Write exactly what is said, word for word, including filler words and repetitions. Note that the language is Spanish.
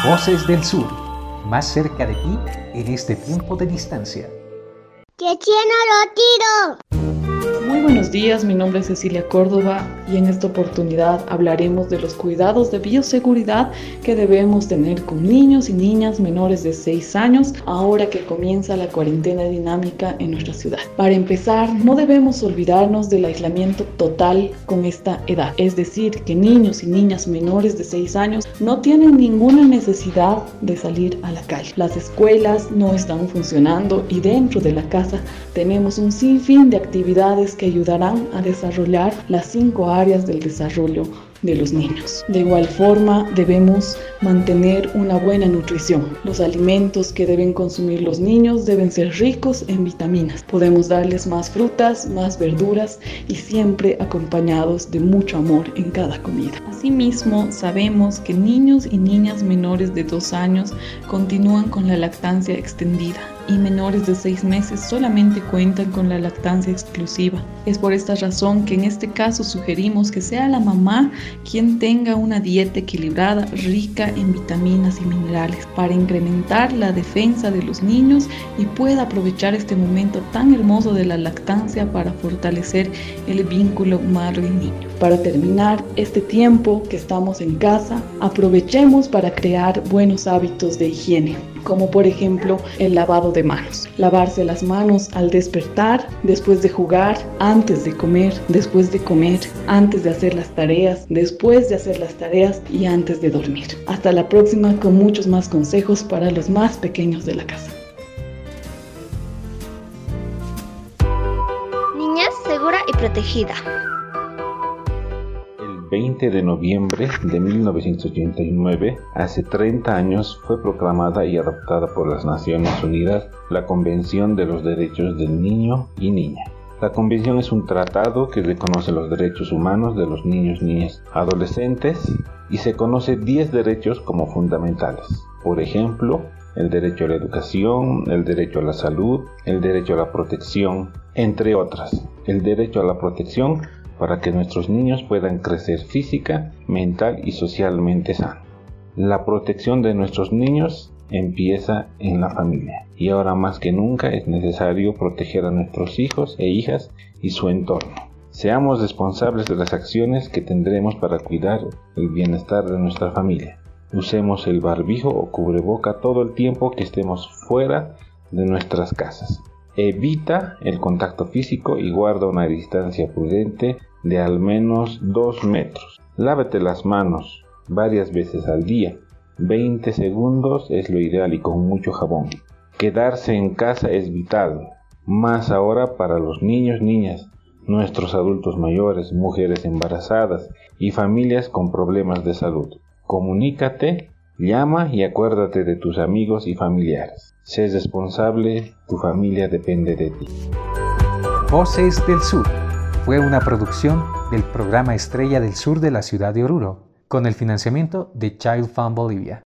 Voces del Sur, más cerca de ti en este tiempo de distancia. ¡Que tiene lo tiro! Muy buenos días, mi nombre es Cecilia Córdoba y en esta oportunidad hablaremos de los cuidados de bioseguridad que debemos tener con niños y niñas menores de seis años ahora que comienza la cuarentena dinámica en nuestra ciudad. Para empezar, no debemos olvidarnos del aislamiento total con esta edad, es decir, que niños y niñas menores de seis años no tienen ninguna necesidad de salir a la calle. Las escuelas no están funcionando y dentro de la casa tenemos un sinfín de actividades que ayudarán a desarrollar las cinco áreas del desarrollo de los niños. De igual forma, debemos mantener una buena nutrición. Los alimentos que deben consumir los niños deben ser ricos en vitaminas. Podemos darles más frutas, más verduras y siempre acompañados de mucho amor en cada comida. Asimismo, sabemos que niños y niñas menores de dos años continúan con la lactancia extendida y menores de seis meses solamente cuentan con la lactancia exclusiva. Es por esta razón que en este caso sugerimos que sea la mamá quien tenga una dieta equilibrada, rica en vitaminas y minerales, para incrementar la defensa de los niños y pueda aprovechar este momento tan hermoso de la lactancia para fortalecer el vínculo madre-niño. Para terminar este tiempo que estamos en casa, aprovechemos para crear buenos hábitos de higiene, como por ejemplo el lavado de manos. Lavarse las manos al despertar, después de jugar, antes de comer, después de comer, antes de hacer las tareas, después de hacer las tareas y antes de dormir. Hasta la próxima con muchos más consejos para los más pequeños de la casa. Niñez segura y protegida. veinte de noviembre de mil novecientos ochenta y nueve, hace treinta años, fue proclamada y adoptada por las Naciones Unidas la Convención de los Derechos del Niño y Niña. La Convención es un tratado que reconoce los derechos humanos de los niños, niñas, adolescentes y se conoce diez derechos como fundamentales. Por ejemplo, el derecho a la educación, el derecho a la salud, el derecho a la protección, entre otras. El derecho a la protección para que nuestros niños puedan crecer física, mental y socialmente sanos. La protección de nuestros niños empieza en la familia y ahora más que nunca es necesario proteger a nuestros hijos e hijas y su entorno. Seamos responsables de las acciones que tendremos para cuidar el bienestar de nuestra familia. Usemos el barbijo o cubreboca todo el tiempo que estemos fuera de nuestras casas. Evita el contacto físico y guarda una distancia prudente de al menos dos metros. Lávate las manos varias veces al día. veinte segundos es lo ideal y con mucho jabón. Quedarse en casa es vital, más ahora para los niños, niñas, nuestros adultos mayores, mujeres embarazadas y familias con problemas de salud. Comunícate, llama y acuérdate de tus amigos y familiares. Sé responsable, tu familia depende de ti. Voces del Sur fue una producción del programa Estrella del Sur de la ciudad de Oruro, con el financiamiento de Child Fund Bolivia.